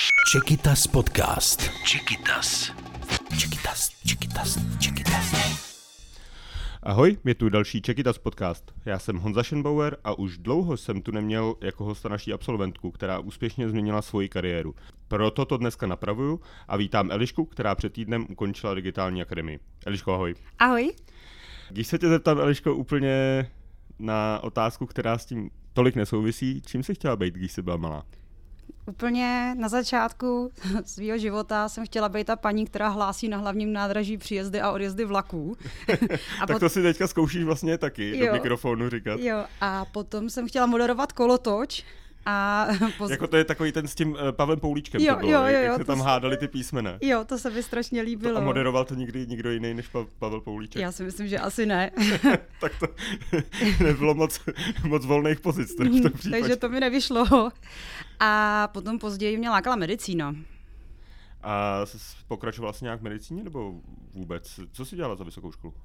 Čekytas podcast. Ahoj, je tu další Čekytas podcast. Já jsem Honza Schenbauer a už dlouho jsem tu neměl jako hosta naší absolventku, která úspěšně změnila svoji kariéru. Proto to dneska napravuju a vítám Elišku, která před týdnem ukončila digitální akademii. Eliško, ahoj. Ahoj. Když se tě zeptám, Eliško, úplně na otázku, která s tím tolik nesouvisí, čím jsi chtěla být, když jsi byla malá? Úplně na začátku svého života jsem chtěla být ta paní, která hlásí na hlavním nádraží příjezdy a odjezdy vlaků. Tak to si teďka zkoušíš vlastně taky do mikrofonu říkat. Jo, a potom jsem chtěla moderovat kolotoč. A jako to je takový ten s tím Pavlem Poulíčkem, jo, to bylo, jak se tam hádali ty písmena. Jo, to se mi strašně líbilo. A moderoval to nikdo jiný než Pavel Poulíček? Já si myslím, že asi ne. Tak to nebylo moc volných pozic v tom případě. Takže to mi nevyšlo. A potom později mě lákala medicína. A pokračovala jsi nějak v medicíně nebo vůbec? Co jsi dělala za vysokou školu?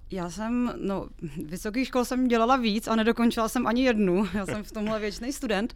Vysokých škol jsem dělala víc a nedokončila jsem ani jednu. Já jsem v tomhle věčný student,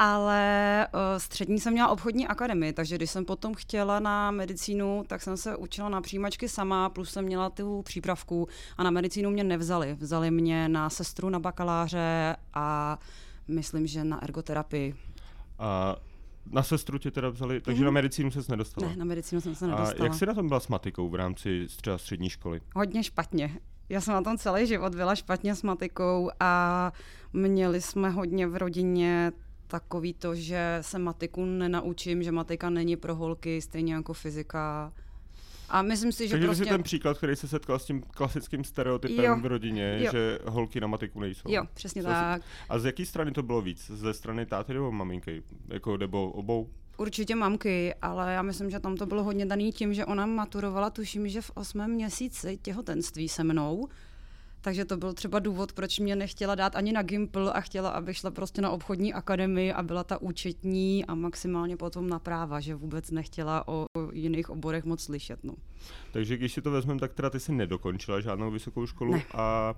ale střední jsem měla obchodní akademii, takže když jsem potom chtěla na medicínu, tak jsem se učila na přijímačky sama, plus jsem měla tu přípravku a na medicínu mě nevzali. Vzali mě na sestru na bakaláře a myslím, že na ergoterapii. A na sestru tě teda vzali, takže na medicínu ses nedostala? Ne, na medicínu jsem se nedostala. A jak jsi na tom byla s matikou v rámci třeba střední školy? Hodně špatně. Já jsem na tom celý život byla špatně s matikou a měli jsme hodně v rodině takový to, že se matiku nenaučím, že matika není pro holky, stejně jako fyzika. A myslím si, že takže prostě... Takže ten příklad, který se setkal s tím klasickým stereotypem v rodině, že holky na matiku nejsou. Jo, přesně tak. A z jaký strany to bylo víc? Ze strany táty nebo maminky? Nebo obou? Určitě mamky, ale já myslím, že tam to bylo hodně daný tím, že ona maturovala, tuším, že v 8. měsíci těhotenství se mnou. Takže to byl třeba důvod, proč mě nechtěla dát ani na Gimpl a chtěla, abych šla prostě na obchodní akademii a byla ta účetní a maximálně potom na práva, že vůbec nechtěla o jiných oborech moc slyšet. No. Takže když si to vezmeme, tak teda ty jsi nedokončila žádnou vysokou školu. Ne. A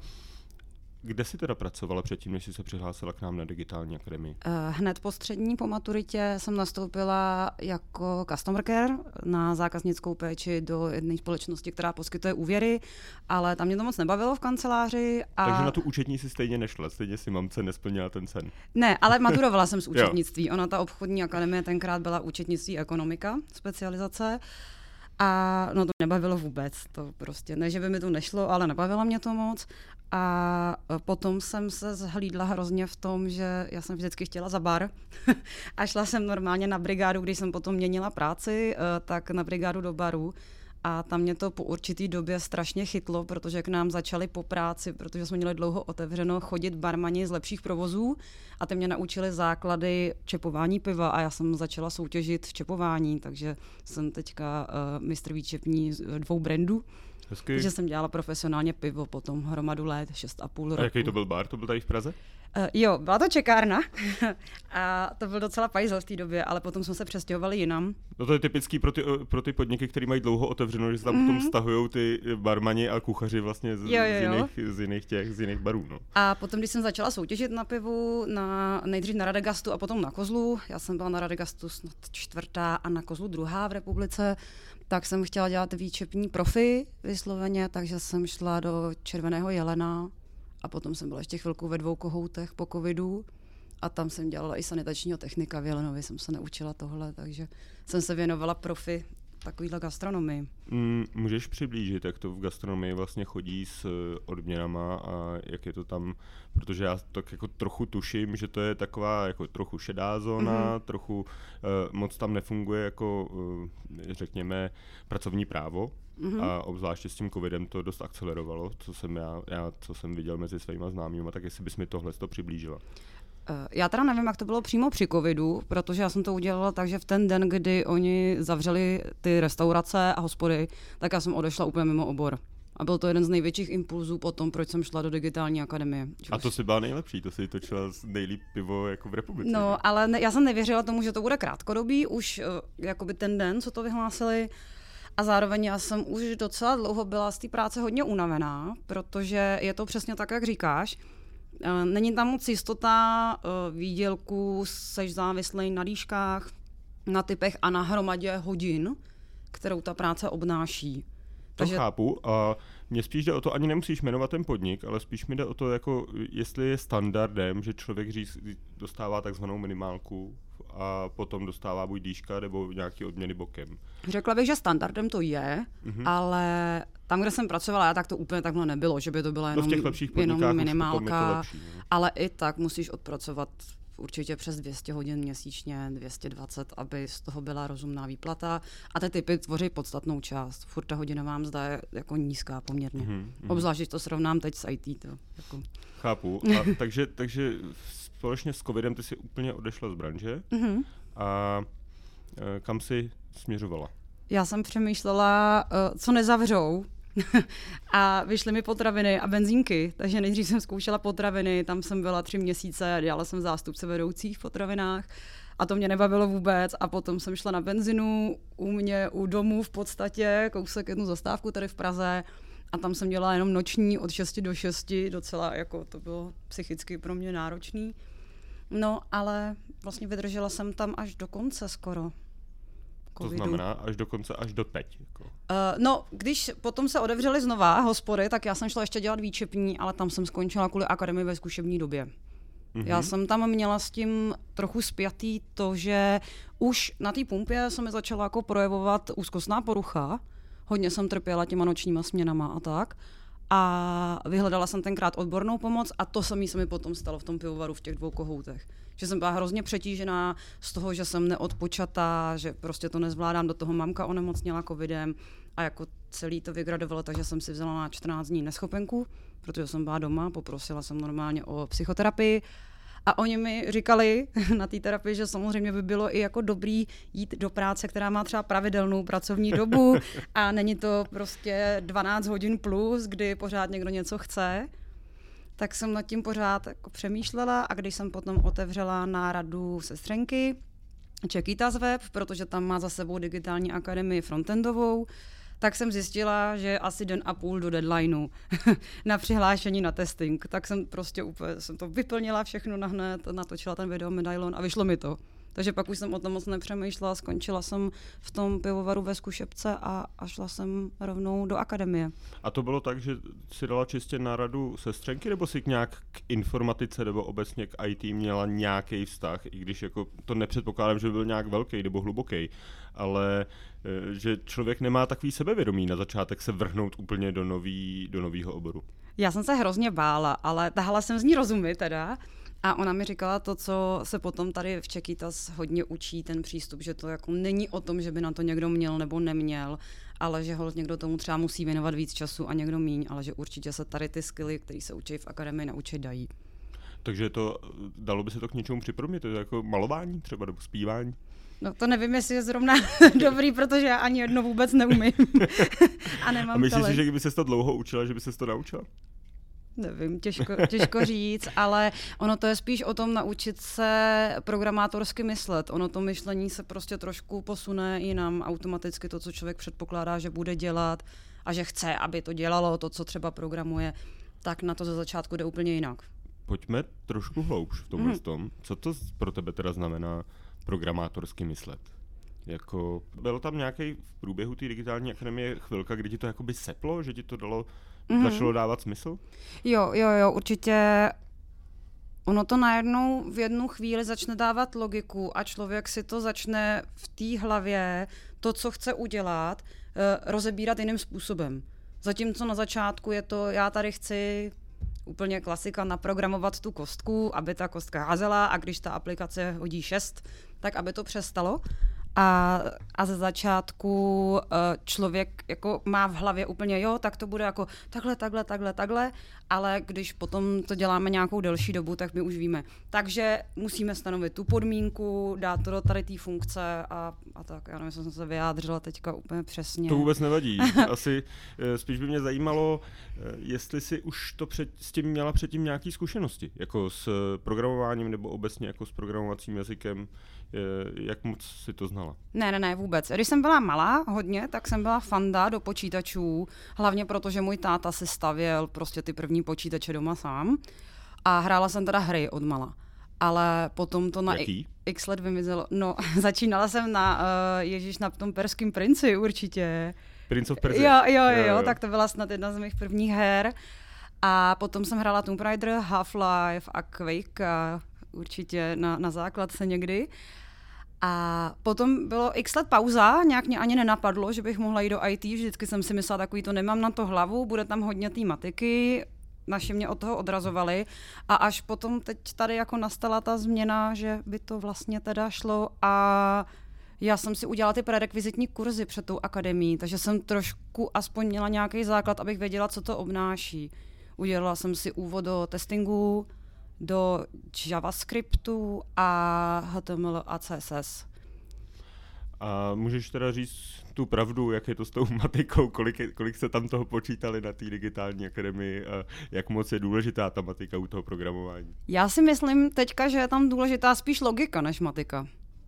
kde jsi teda pracovala předtím, než jsi se přihlásila k nám na digitální akademii? Hned po střední, po maturitě jsem nastoupila jako customer care na zákaznickou péči do jedné společnosti, která poskytuje úvěry, ale tam mě to moc nebavilo v kanceláři. Takže na tu účetní si stejně nešla, stejně si mamce nesplnila ten sen. Ne, ale maturovala jsem z účetnictví. Ona, ta obchodní akademie, tenkrát byla účetnictví ekonomika, specializace. A no to nebavilo vůbec, to prostě, ne, že by mi to nešlo, ale nebavilo mě to moc. A potom jsem se zhlídla hrozně v tom, že já jsem vždycky chtěla za bar a šla jsem normálně na brigádu, když jsem potom měnila práci, tak na brigádu do baru. A tam mě to po určitý době strašně chytlo, protože k nám začali po práci, protože jsme měli dlouho otevřeno, chodit barmani z lepších provozů a ty mě naučili základy čepování piva a já jsem začala soutěžit v čepování, takže jsem teďka mistr výčepní 2 brandů. Hezky. Takže jsem dělala profesionálně pivo potom hromadu let, 6,5 roku. A jaký to byl bar? To byl tady v Praze? Jo, byla to čekárna a to byl docela pajzel v té době, ale potom jsme se přestěhovali jinam. No to je typický pro ty podniky, které mají dlouho otevřeno, že se tam potom stahujou ty barmani a kuchaři vlastně z jiných barů. No. A potom, když jsem začala soutěžit na pivu, nejdřív na Radegastu a potom na Kozlu, já jsem byla na Radegastu snad 4. a na Kozlu 2. v republice, tak jsem chtěla dělat výčepní profi vysloveně, takže jsem šla do Červeného jelena a potom jsem byla ještě chvilku ve 2 Kohoutech po covidu a tam jsem dělala i sanitačního technika v Jelenovi, jsem se naučila tohle, takže jsem se věnovala profi takovýhle gastronomii. Můžeš přiblížit, jak to v gastronomii vlastně chodí s odměnama a jak je to tam, protože já tak jako trochu tuším, že to je taková jako trochu šedá zóna, trochu moc tam nefunguje jako řekněme pracovní právo a obzvláště s tím covidem to dost akcelerovalo, co jsem viděl mezi svýma známými, tak jestli bys mi tohle přiblížila. Já teda nevím, jak to bylo přímo při covidu, protože já jsem to udělala tak, že v ten den, kdy oni zavřeli ty restaurace a hospody, tak já jsem odešla úplně mimo obor. A byl to jeden z největších impulzů potom, proč jsem šla do digitální akademie. A to si byla nejlepší, to si točila nejlíp pivo jako v republice. No, ale já jsem nevěřila tomu, že to bude krátkodobý, už jakoby ten den, co to vyhlásili. A zároveň já jsem už docela dlouho byla z té práce hodně unavená, protože je to přesně tak, jak říkáš. Není tam moc jistota výdělku, seš závislý na dýškách, na typech a na hromadě hodin, kterou ta práce obnáší. To chápu a mně spíš jde o to, ani nemusíš jmenovat ten podnik, ale spíš mi jde o to, jako jestli je standardem, že člověk dostává takzvanou minimálku a potom dostává buď dýška nebo nějaký odměny bokem. Řekla bych, že standardem to je, ale tam, kde jsem pracovala já, tak to úplně takhle nebylo, že by to byla jenom minimálka, lepší, ale i tak musíš odpracovat určitě přes 200 hodin měsíčně, 220, aby z toho byla rozumná výplata. A ty typy tvoří podstatnou část. Furt ta hodinová mzda je jako nízká poměrně. Obzvlášť, když to srovnám teď s IT. To, jako. Chápu. A takže společně s covidem ty jsi úplně odešla z branže. A kam jsi směřovala? Já jsem přemýšlela, co nezavřou. A vyšly mi potraviny a benzínky, takže nejdřív jsem zkoušela potraviny, tam jsem byla 3 měsíce a dělala jsem zástupce vedoucích v potravinách a to mě nebavilo vůbec a potom jsem šla na benzinu u mě u domu v podstatě, kousek jednu zastávku tady v Praze a tam jsem dělala jenom noční od 6 do 6, docela jako to bylo psychicky pro mě náročný. No, ale vlastně vydržela jsem tam až do konce skoro. To znamená až do konce, až do teď? Jako. No, když potom se otevřely znova hospody, tak já jsem šla ještě dělat výčepní, ale tam jsem skončila kvůli akademii ve zkušební době. Já jsem tam měla s tím trochu spjatý to, že už na té pumpě se mi začala jako projevovat úzkostná porucha. Hodně jsem trpěla těma nočníma směnama a tak. A vyhledala jsem tenkrát odbornou pomoc a to samé se mi potom stalo v tom pivovaru v těch 2 kohoutech. Že jsem byla hrozně přetížená z toho, že jsem neodpočatá, že prostě to nezvládám, do toho mamka onemocněla covidem a jako celý to vygradovalo, takže jsem si vzala na 14 dní neschopenku, protože jsem byla doma, poprosila jsem normálně o psychoterapii a oni mi říkali na té terapii, že samozřejmě by bylo i jako dobrý jít do práce, která má třeba pravidelnou pracovní dobu a není to prostě 12 hodin plus, kdy pořád někdo něco chce. Tak jsem nad tím pořád jako přemýšlela a když jsem potom otevřela náradu sestřenky Čekytas web, protože tam má za sebou digitální akademii frontendovou, tak jsem zjistila, že asi den a půl do deadlineu na přihlášení na testing. Tak jsem prostě úplně jsem to vyplnila všechno nahned, natočila ten video medailon a vyšlo mi to. Takže pak už jsem o tom moc nepřemýšlela, skončila jsem v tom pivovaru ve zkušebce a šla jsem rovnou do akademie. A to bylo tak, že si dala čistě náradu sestřenky, nebo si nějak k informatice nebo obecně k IT měla nějaký vztah, i když jako to nepředpokládám, že byl nějak velký nebo hluboký, ale že člověk nemá takový sebevědomí na začátek se vrhnout úplně do nového oboru. Já jsem se hrozně bála, ale tahala jsem z ní rozumy teda. A ona mi říkala to, co se potom tady v Čekytas hodně učí, ten přístup, že to jako není o tom, že by na to někdo měl nebo neměl, ale že holt někdo tomu třeba musí věnovat víc času a někdo míň, ale že určitě se tady ty skilly, které se učí v akademii, naučit dají. Takže dalo by se to k něčemu připodobnit, to je jako malování třeba nebo zpívání? No to nevím, jestli je zrovna dobrý, protože já ani jedno vůbec neumím a nemám talent. A myslíš si, že kdyby ses to dlouho učila, že by ses to naučila? Nevím, těžko říct, ale ono to je spíš o tom naučit se programátorsky myslet. Ono to myšlení se prostě trošku posune jinam automaticky to, co člověk předpokládá, že bude dělat a že chce, aby to dělalo to, co třeba programuje, tak na to ze začátku jde úplně jinak. Pojďme trošku hloubš v tomhle tom. Co to pro tebe teda znamená programátorsky myslet? Jako, bylo tam nějaký v průběhu té digitální akademie chvilka, kdy ti to jakoby seplo, že ti to začalo dávat smysl? Jo, určitě. Ono to najednou v jednu chvíli začne dávat logiku a člověk si to začne v té hlavě, to, co chce udělat, rozebírat jiným způsobem. Zatímco na začátku je to, já tady chci úplně klasika naprogramovat tu kostku, aby ta kostka házela a když ta aplikace hodí 6, tak aby to přestalo. A ze začátku člověk jako má v hlavě úplně tak to bude jako takhle, ale když potom to děláme nějakou delší dobu, tak my už víme. Takže musíme stanovit tu podmínku, dát to do tady té funkce a tak. Já nevím, jestli jsem se vyjádřila teďka úplně přesně. To vůbec nevadí. Asi spíš by mě zajímalo, jestli si už s tím měla předtím nějaké zkušenosti, jako s programováním nebo obecně jako s programovacím jazykem. Jak moc si to znala? Ne, vůbec. Když jsem byla malá hodně, tak jsem byla fanda do počítačů, hlavně proto, že můj táta si stavěl prostě ty první počítače doma sám a hrála jsem teda hry od mala. ale potom to na Jaký? x let vymizelo. No, začínala jsem na tom Perským princi určitě. Prince of Persia. Jo, tak to byla snad jedna z mých prvních her. A potom jsem hrála Tomb Raider, Half-Life a Quake určitě na základce někdy. A potom bylo x let pauza, nějak mě ani nenapadlo, že bych mohla jít do IT, vždycky jsem si myslela takový to nemám na to hlavu, bude tam hodně té matiky, naši mě od toho odrazovali a až potom teď tady jako nastala ta změna, že by to vlastně teda šlo a já jsem si udělala ty prerekvizitní kurzy před tou akademií, takže jsem trošku aspoň měla nějaký základ, abych věděla, co to obnáší. Udělala jsem si úvod do testingu, do JavaScriptu a HTML a CSS. A můžeš teda říct tu pravdu, jak je to s tou matikou, kolik se tam toho počítali na té digitální akademii a jak moc je důležitá ta matika u toho programování? Já si myslím teďka, že je tam důležitá spíš logika než matika.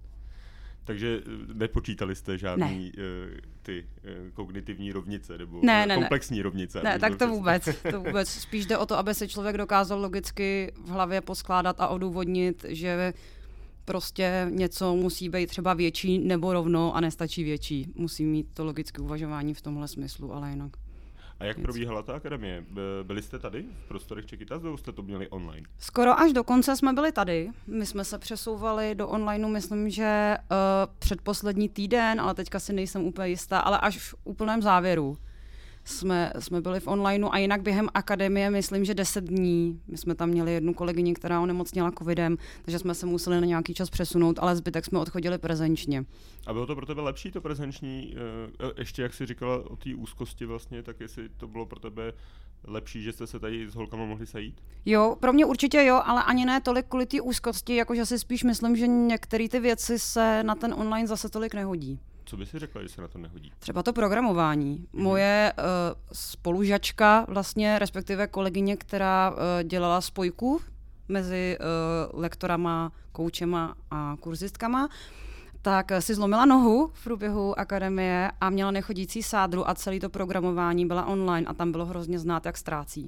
Takže nepočítali jste žádný ty kognitivní rovnice nebo komplexní rovnice? Ne, tak to vůbec. Spíš jde o to, aby se člověk dokázal logicky v hlavě poskládat a odůvodnit, že prostě něco musí být třeba větší nebo rovno a nestačí větší. Musí mít to logické uvažování v tomhle smyslu, ale jinak. A jak probíhala ta akademie? Byli jste tady v prostorech Čekytas, nebo jste to měli online? Skoro až do konce jsme byli tady. My jsme se přesouvali do onlineu, myslím, že předposlední týden, ale teďka si nejsem úplně jistá, ale až v úplném závěru jsme byli v onlineu a jinak během akademie, myslím, že 10 dní. My jsme tam měli jednu kolegyni, která onemocněla covidem, takže jsme se museli na nějaký čas přesunout, ale zbytek jsme odchodili prezenčně. A bylo to pro tebe lepší to prezenční? Ještě jak jsi říkala o té úzkosti vlastně, tak jestli to bylo pro tebe lepší, že jste se tady s holkama mohli sejít? Jo, pro mě určitě jo, ale ani ne tolik kvůli té úzkosti, jakože si spíš myslím, že některé ty věci se na ten online zase tolik nehodí. Co by si řekla, že se na to nehodí? Třeba to programování. Moje spolužačka, vlastně, respektive kolegyně, která dělala spojku mezi lektorama, koučema a kurzistkama, tak si zlomila nohu v průběhu akademie a měla nechodící sádru a celé to programování byla online a tam bylo hrozně znát, jak ztrácí.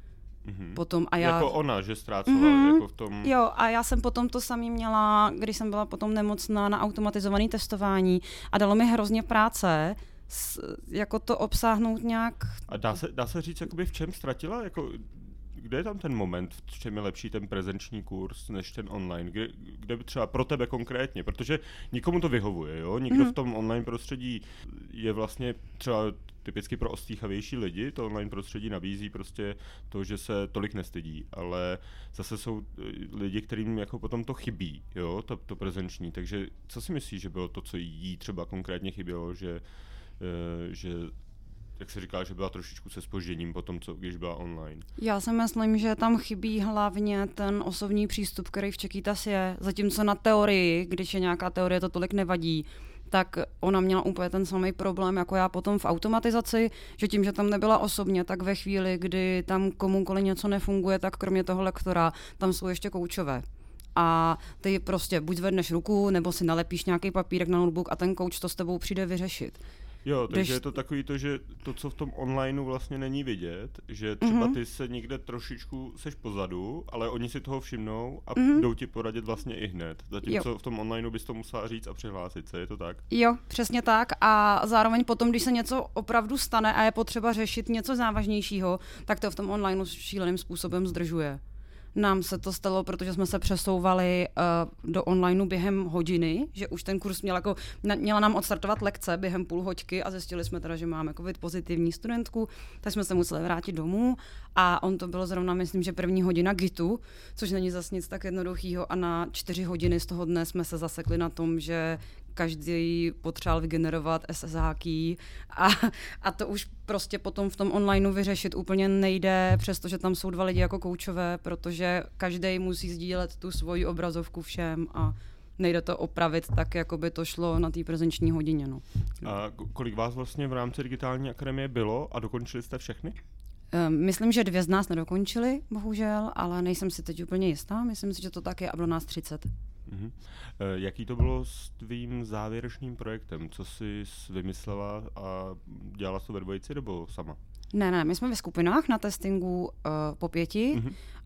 Potom a já... Jako ona, že ztrácela, jako v tom... Jo, a já jsem potom to samý měla, když jsem byla potom nemocná na automatizované testování a dalo mi hrozně práce jako to obsáhnout nějak... A dá se říct, jakoby v čem ztratila? Jako, kde je tam ten moment, v čem je lepší ten prezenční kurz než ten online? Kde třeba pro tebe konkrétně? Protože nikomu to vyhovuje, jo? Nikdo v tom online prostředí je vlastně třeba typicky pro ostýchavější lidi, to online prostředí nabízí prostě to, že se tolik nestydí, ale zase jsou lidi, kterým jako potom to chybí, jo, to prezenční, takže co si myslíš, že bylo to, co jí třeba konkrétně chybělo, že jak se říká, že byla trošičku se zpožděním po tom, když byla online? Já si myslím, že tam chybí hlavně ten osobní přístup, který v Čekytas je, zatímco na teorii, když je nějaká teorie, to tolik nevadí, tak ona měla úplně ten samý problém jako já potom v automatizaci, že tím, že tam nebyla osobně, tak ve chvíli, kdy tam komukoliv něco nefunguje, tak kromě toho lektora tam jsou ještě koučové. A ty prostě buď zvedneš ruku, nebo si nalepíš nějaký papírek na notebook a ten kouč to s tebou přijde vyřešit. Jo, takže je to takový to, že to, co v tom onlineu vlastně není vidět, že třeba ty se někde trošičku seš pozadu, ale oni si toho všimnou a jdou ti poradit vlastně i hned. Zatímco v tom onlineu bys to musela říct a přihlásit se, je to tak? Jo, přesně tak a zároveň potom, když se něco opravdu stane a je potřeba řešit něco závažnějšího, tak to v tom onlineu šíleným způsobem zdržuje. Nám se to stalo, protože jsme se přesouvali do onlineu během hodiny, že už ten kurz měla nám odstartovat lekce během půl hoďky a zjistili jsme teda, že máme covid pozitivní studentku, tak jsme se museli vrátit domů a on to bylo zrovna, myslím, že první hodina GITu, což není zas nic tak jednoduchýho a na 4 hodiny z toho dne jsme se zasekli na tom, že každý potřeboval vygenerovat SSH key a to už prostě potom v tom onlineu vyřešit úplně nejde, přestože tam jsou 2 lidi jako koučové, protože každý musí sdílet tu svoji obrazovku všem a nejde to opravit tak, jako by to šlo na té prezenční hodině. No. A kolik vás vlastně v rámci digitální akademie bylo a dokončili jste všechny? Myslím, že 2 z nás nedokončili, bohužel, ale nejsem si teď úplně jistá. Myslím si, že to tak je a bylo nás 30. Jaký to bylo s tvým závěrečným projektem? Co jsi vymyslela a dělala jsi to ve dvojici nebo sama? Ne, my jsme ve skupinách na testingu po 5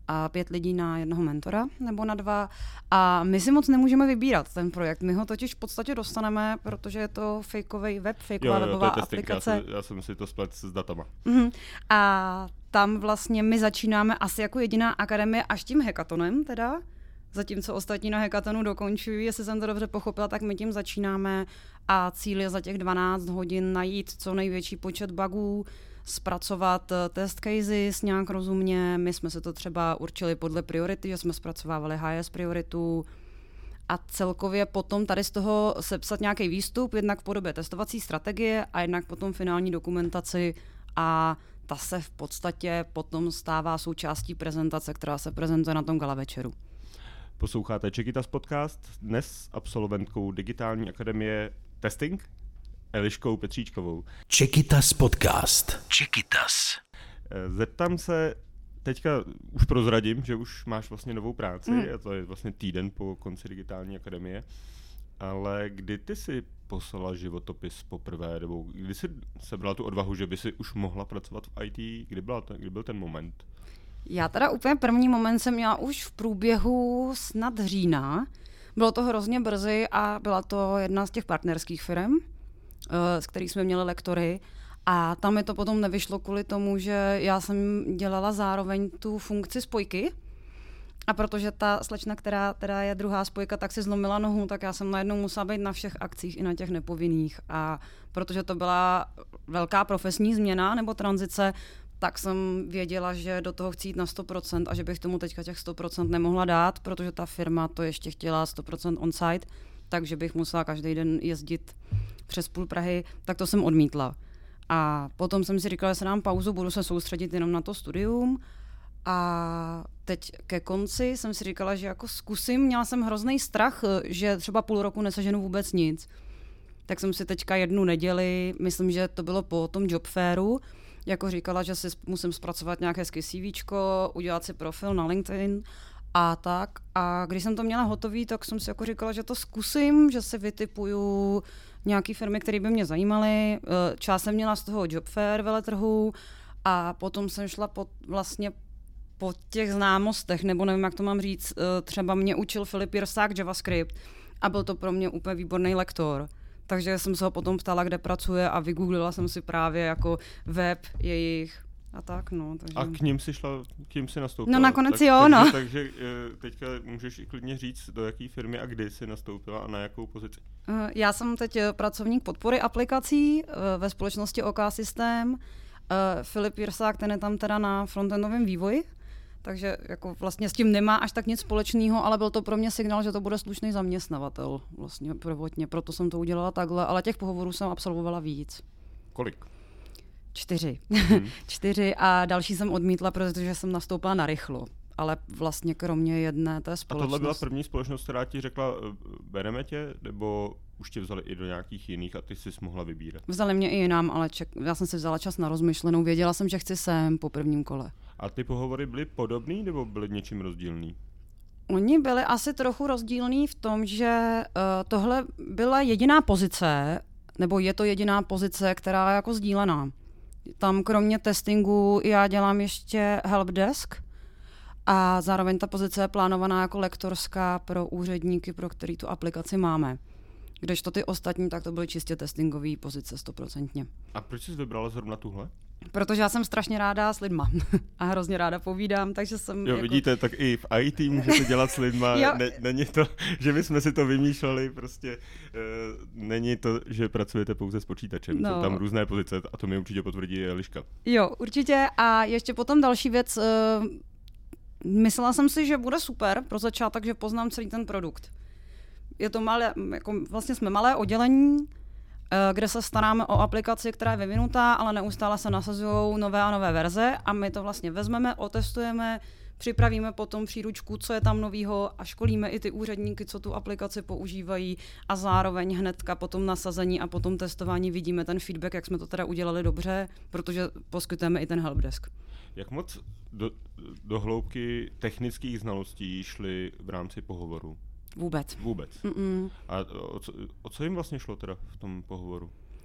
a 5 lidí na jednoho mentora nebo na 2 a my si moc nemůžeme vybírat ten projekt. My ho totiž v podstatě dostaneme, protože je to fakeový web, fakeová webová aplikace. Já jsem si to splet s datama. A tam vlastně my začínáme asi jako jediná akademie až tím hackathonem teda, zatímco ostatní na hackathonu dokončují, jestli jsem to dobře pochopila, tak my tím začínáme a cíl je za těch 12 hodin najít co největší počet bugů, zpracovat test cases nějak rozumně. My jsme se to třeba určili podle priority, že jsme zpracovávali highest prioritu a celkově potom tady z toho sepsat nějaký výstup, jednak v podobě testovací strategie a jednak potom finální dokumentaci a ta se v podstatě potom stává součástí prezentace, která se prezentuje na tom gala večeru. Posloucháte Čekytas podcast, dnes s absolventkou Digitální akademie Testing, Eliškou Petříčkovou. Čekytas podcast. Čekytas. Zeptám se, teďka už prozradím, že už máš vlastně novou práci, a to je vlastně týden po konci Digitální akademie, ale kdy ty si poslala životopis poprvé, nebo kdy jsi sebrala tu odvahu, že by si už mohla pracovat v IT, kdy byl ten moment? Já teda úplně první moment jsem měla už v průběhu snad října. Bylo to hrozně brzy a byla to jedna z těch partnerských firm, s kterých jsme měli lektory. A tam mi to potom nevyšlo kvůli tomu, že já jsem dělala zároveň tu funkci spojky. A protože ta slečna, která je druhá spojka, tak si zlomila nohu, tak já jsem najednou musela být na všech akcích i na těch nepovinných. A protože to byla velká profesní změna nebo tranzice, tak jsem věděla, že do toho chci jít na 100% a že bych tomu teďka těch 100% nemohla dát, protože ta firma to ještě chtěla 100% on-site, takže bych musela každý den jezdit přes půl Prahy, tak to jsem odmítla. A potom jsem si říkala, že se dám pauzu, budu se soustředit jenom na to studium a teď ke konci jsem si říkala, že jako zkusím, měla jsem hrozný strach, že třeba půl roku neseženu vůbec nic. Tak jsem si teďka jednu neděli, myslím, že to bylo po tom job fairu, jako říkala, že si musím zpracovat nějaké hezké CVčko, udělat si profil na LinkedIn a tak. A když jsem to měla hotový, tak jsem si jako říkala, že to zkusím, že si vytipuju nějaké firmy, které by mě zajímaly. Část jsem měla z toho job fair veletrhu a potom jsem šla vlastně po těch známostech, nebo nevím, jak to mám říct, třeba mě učil Filip Jirsák JavaScript a byl to pro mě úplně výborný lektor. Takže jsem se ho potom ptala, kde pracuje a vygooglila jsem si právě jako web jejich a tak, no. Takže... A k ním si nastoupila? No nakonec jo, no. Takže teďka můžeš i klidně říct, do jaké firmy a kdy jsi nastoupila a na jakou pozici? Já jsem teď pracovník podpory aplikací ve společnosti OK System. Filip Jirsák, ten je tam teda na frontendovém vývoji, takže jako vlastně s tím nemá až tak nic společného, ale byl to pro mě signál, že to bude slušný zaměstnavatel vlastně prvotně, proto jsem to udělala takhle, ale těch pohovorů jsem absolvovala víc. Kolik? 4. 4 a další jsem odmítla, protože jsem nastoupila na rychlo, ale vlastně kromě jedné té společnosti. A tohle byla první společnost, která ti řekla, bereme tě, nebo už tě vzali i do nějakých jiných a ty jsi mohla vybírat? Vzali mě i jinam, ale já jsem si vzala čas na rozmyšlenou, věděla jsem, že chci sem po prvním kole. A ty pohovory byly podobný nebo byly něčím rozdílný? Oni byli asi trochu rozdílní v tom, že tohle byla jediná pozice, nebo je to jediná pozice, která je jako sdílená. Tam kromě testingu já dělám ještě helpdesk a zároveň ta pozice je plánovaná jako lektorská pro úředníky, pro který tu aplikaci máme. Kdežto ty ostatní, tak to byly čistě testingové pozice 100%. A proč jsi vybrala zrovna tuhle? Protože já jsem strašně ráda s lidma a hrozně ráda povídám, takže jsem... Jo, vidíte, tak i v IT můžete dělat s lidma, není to, že my jsme si to vymýšleli, prostě není to, že pracujete pouze s počítačem, jsou tam různé pozice a to mi určitě potvrdí Eliška. Jo, určitě a ještě potom další věc, myslela jsem si, že bude super pro začátek, že poznám celý ten produkt. Je to malé, jako vlastně jsme malé oddělení, kde se staráme o aplikaci, která je vyvinutá, ale neustále se nasazují nové a nové verze a my to vlastně vezmeme, otestujeme, připravíme potom příručku, co je tam novýho a školíme i ty úředníky, co tu aplikaci používají a zároveň hnedka potom nasazení a potom testování vidíme ten feedback, jak jsme to teda udělali dobře, protože poskytujeme i ten helpdesk. Jak moc do hloubky technických znalostí šli v rámci pohovoru? Vůbec. A o co jim vlastně šlo teda v tom pohovoru?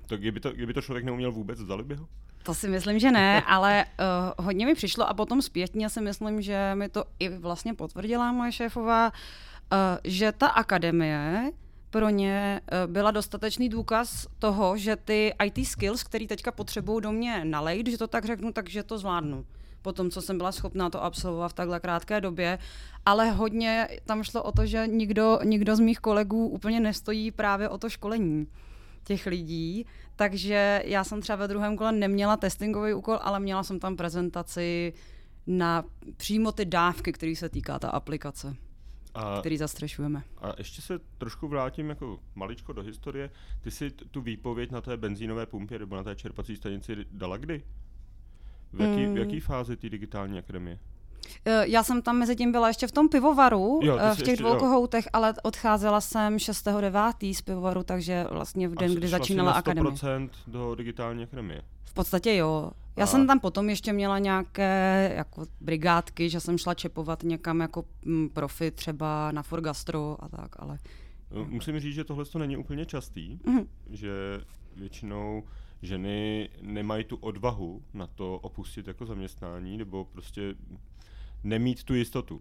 Tak kdyby to člověk neuměl vůbec, vzali by ho? To si myslím, že ne, ale hodně mi přišlo a potom zpětně si myslím, že mi to i vlastně potvrdila moje šéfová, že ta akademie pro ně byla dostatečný důkaz toho, že ty IT skills, který teďka potřebují do mě nalejt, že to tak řeknu, takže to zvládnu. Po tom, co jsem byla schopná to absolvovat v takhle krátké době, ale hodně tam šlo o to, že nikdo z mých kolegů úplně nestojí právě o to školení těch lidí, takže já jsem třeba ve druhém kole neměla testingový úkol, ale měla jsem tam prezentaci na přímo ty dávky, který se týká ta aplikace, který zastřešujeme. A ještě se trošku vrátím jako maličko do historie. Ty si tu výpověď na té benzínové pumpě nebo na té čerpací stanici dala kdy? V jaký fázi té digitální akademie? Já jsem tam mezi tím byla ještě v tom pivovaru, v těch dvou kohoutech, ale odcházela jsem 6.9. z pivovaru, takže vlastně v den, kdy začínala akademie. 100% do digitální akademie? V podstatě jo. Já jsem tam potom ještě měla nějaké jako brigádky, že jsem šla čepovat někam jako profi třeba na Forgastro a tak, ale... Musím říct, že tohle to není úplně častý, že většinou ženy nemají tu odvahu na to opustit jako zaměstnání, nebo prostě nemít tu jistotu.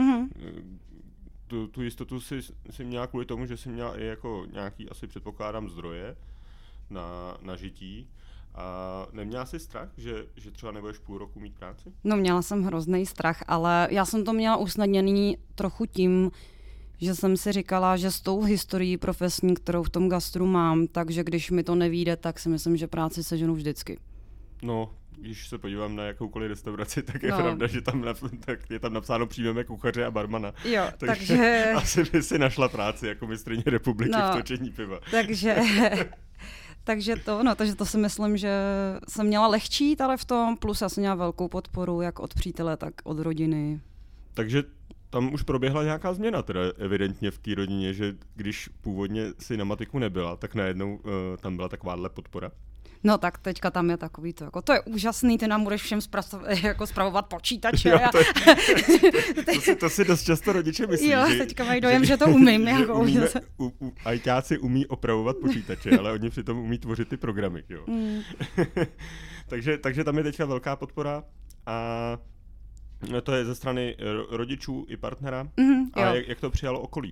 Tu jistotu si měla kvůli tomu, že si měla i jako nějaký, asi předpokládám, zdroje na žití. A neměla jsi strach, že třeba nebudeš půl roku mít práci? No, měla jsem hrozný strach, ale já jsem to měla usnadněný trochu tím, že jsem si říkala, že s tou historií profesní, kterou v tom gastru mám, takže když mi to nevyjde, tak si myslím, že práci seženu vždycky. No, když se podívám na jakoukoliv restauraci, tak je pravda, že tak je tam napsáno přijmeme kuchaře a barmana. Jo, takže asi by si našla práci jako mistryně republiky v točení piva. Takže to si myslím, že jsem měla lehčí tady v tom, plus já jsem měla velkou podporu jak od přítele, tak od rodiny. Takže tam už proběhla nějaká změna, teda evidentně v té rodině, že když původně si na matiku nebyla, tak najednou tam byla takováhle podpora. No tak teďka tam je takový to, jako to je úžasný, ty nám budeš všem spravovat počítače. Jo, to si dost často rodiče myslí. Jo, teďka mají dojem, že to umím. Ajťáci umí opravovat počítače, ale oni přitom umí tvořit ty programy. Jo. takže tam je teďka velká podpora a to je ze strany rodičů i partnera. A jak to přijalo okolí?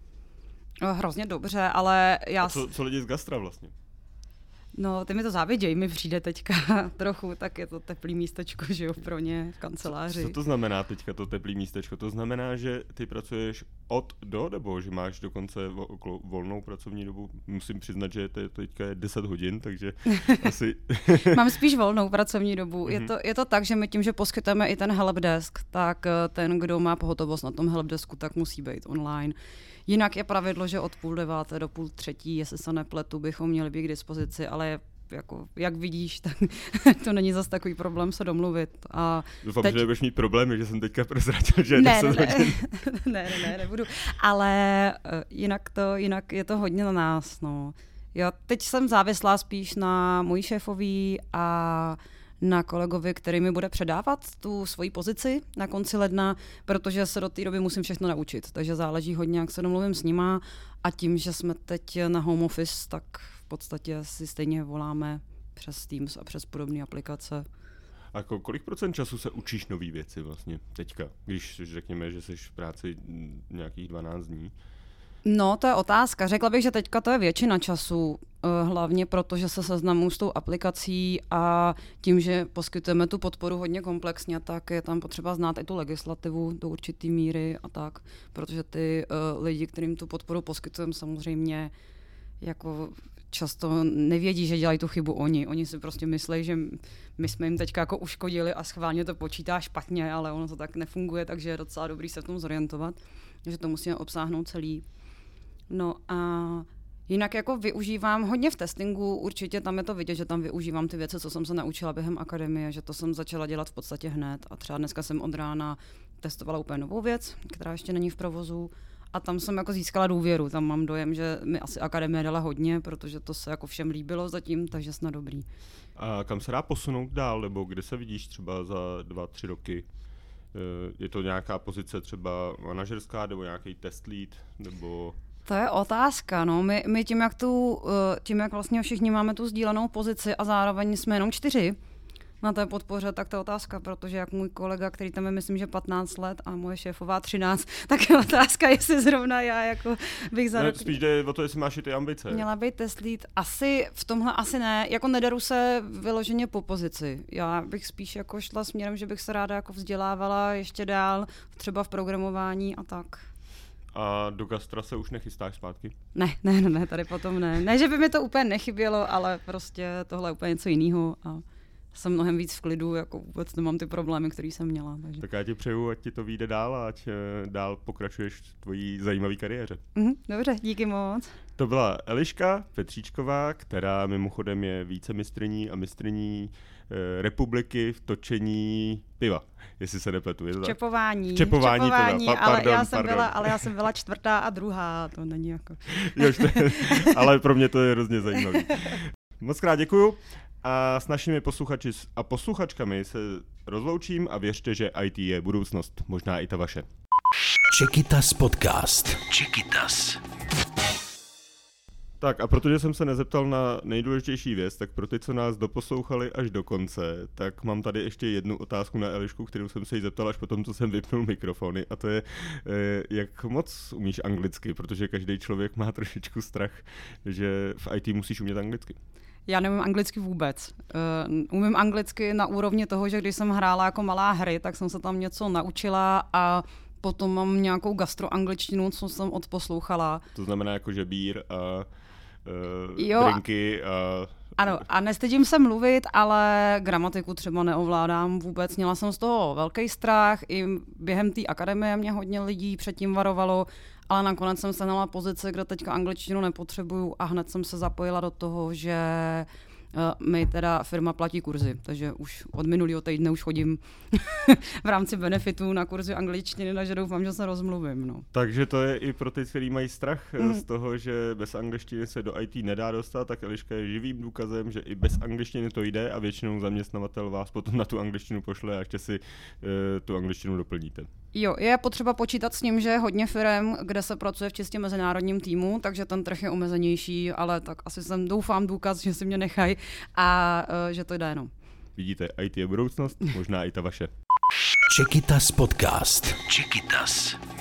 Hrozně dobře, ale já... Co lidi z gastra vlastně? No, ty mi to záviděj, mi přijde teďka trochu, tak je to teplý místečko, že jo, pro ně v kanceláři. Co to znamená teďka to teplý místečko? To znamená, že ty pracuješ od do, nebo že máš dokonce volnou pracovní dobu? Musím přiznat, že teďka je 10 hodin, takže asi... Mám spíš volnou pracovní dobu. Je to tak, že my tím, že poskytujeme i ten helpdesk, tak ten, kdo má pohotovost na tom helpdesku, tak musí být online. Jinak je pravidlo, že od 8:30 do 2:30, jestli se nepletu, bychom měli být k dispozici, ale jako, jak vidíš, tak to není zas takový problém se domluvit. Doufám, že nebudeš mít problémy, že jsem teďka prozradil, že je 10 hodin. Ne, nebudu. Ale jinak je to hodně na nás. No. Jo, teď jsem závislá spíš na mojí šéfový a na kolegovi, který mi bude předávat tu svoji pozici na konci ledna, protože se do té doby musím všechno naučit. Takže záleží hodně, jak se domluvím s nima a tím, že jsme teď na home office, tak v podstatě si stejně voláme přes Teams a přes podobné aplikace. A kolik procent času se učíš nový věci vlastně teďka, když řekněme, že jsi v práci nějakých 12 dní? No, to je otázka. Řekla bych, že teďka to je většina času, hlavně proto, že se seznamuji s tou aplikací a tím, že poskytujeme tu podporu hodně komplexně, tak je tam potřeba znát i tu legislativu do určitý míry a tak, protože ty lidi, kterým tu podporu poskytujeme, samozřejmě jako často nevědí, že dělají tu chybu oni. Oni si prostě myslí, že my jsme jim teďka jako uškodili a schválně to počítá špatně, ale ono to tak nefunguje, takže je docela dobrý se v tom zorientovat, že to musíme obsáhnout celý. No a jinak jako využívám hodně v testingu, určitě tam je to vidět, že tam využívám ty věci, co jsem se naučila během akademie, že to jsem začala dělat v podstatě hned a třeba dneska jsem od rána testovala úplně novou věc, která ještě není v provozu a tam jsem jako získala důvěru, tam mám dojem, že mi asi akademie dala hodně, protože to se jako všem líbilo zatím, takže snad dobrý. A kam se dá posunout dál, nebo kde se vidíš třeba za 2-3 roky? Je to nějaká pozice třeba manažerská, nebo nějaký test lead, nebo... To je otázka, no. My tím, jak vlastně všichni máme tu sdílenou pozici a zároveň jsme jenom 4 na té podpoře, tak to je otázka, protože jak můj kolega, který tam je, myslím, že 15 let a moje šéfová 13, tak je otázka, jestli zrovna já jako bych za rok... Spíš jde o to, jestli máš i ty ambice. Měla být test lead. V tomhle asi ne. Jako nedaru se vyloženě po pozici. Já bych spíš jako šla směrem, že bych se ráda jako vzdělávala ještě dál, třeba v programování a tak. A do gastra se už nechystáš zpátky? Ne, tady potom ne. Ne, že by mi to úplně nechybělo, ale prostě tohle je úplně něco jiného a jsem mnohem víc v klidu, jako vůbec nemám ty problémy, které jsem měla. Takže. Tak já ti přeju, ať ti to vyjde dál a ať dál pokračuješ v tvojí zajímavé kariéře. Dobře, díky moc. To byla Eliška Petříčková, která mimochodem je vícemistryní a mistryní republiky v točení piva, jestli se nepletu. Čepování piva. Ale já jsem byla 4. a 2. To není jako... Ale pro mě to je hrozně zajímavé. Moc krát děkuju. A s našimi posluchači a posluchačkami se rozloučím a věřte, že IT je budoucnost, možná i ta vaše. Čekytas podcast. Čekytas. Tak a protože jsem se nezeptal na nejdůležitější věc, tak pro ty, co nás doposlouchali až do konce, tak mám tady ještě jednu otázku na Elišku, kterou jsem se jí zeptal až potom, co jsem vypnul mikrofony, a to je, jak moc umíš anglicky, protože každý člověk má trošičku strach, že v IT musíš umět anglicky. Já neumím anglicky vůbec. Umím anglicky na úrovni toho, že když jsem hrála jako malá hry, tak jsem se tam něco naučila a potom mám nějakou gastroangličtinu, co jsem odposlouchala. To znamená jako, že bír a drinky a... Ano, a nestydím se mluvit, ale gramatiku třeba neovládám vůbec. Měla jsem z toho velký strach, i během té akademie mě hodně lidí předtím varovalo, ale nakonec jsem se nala pozici, kde teďka angličtinu nepotřebuju a hned jsem se zapojila do toho, že mi teda firma platí kurzy, takže už od minulého týdne už chodím v rámci benefitů na kurzy angličtiny, takže doufám, že se rozmluvím. No. Takže to je i pro ty, kteří mají strach z toho, že bez angličtiny se do IT nedá dostat, tak Eliška je živým důkazem, že i bez angličtiny to jde a většinou zaměstnavatel vás potom na tu angličtinu pošle a ještě si tu angličtinu doplníte. Jo, je potřeba počítat s tím, že je hodně firem, kde se pracuje v čistě mezinárodním týmu, takže ten trh je omezenější, ale tak asi jsem doufám důkaz, že si mě nechají a že to jde jenom. Vidíte, IT je budoucnost, možná i ta vaše. Čekytas podcast. Čekytas.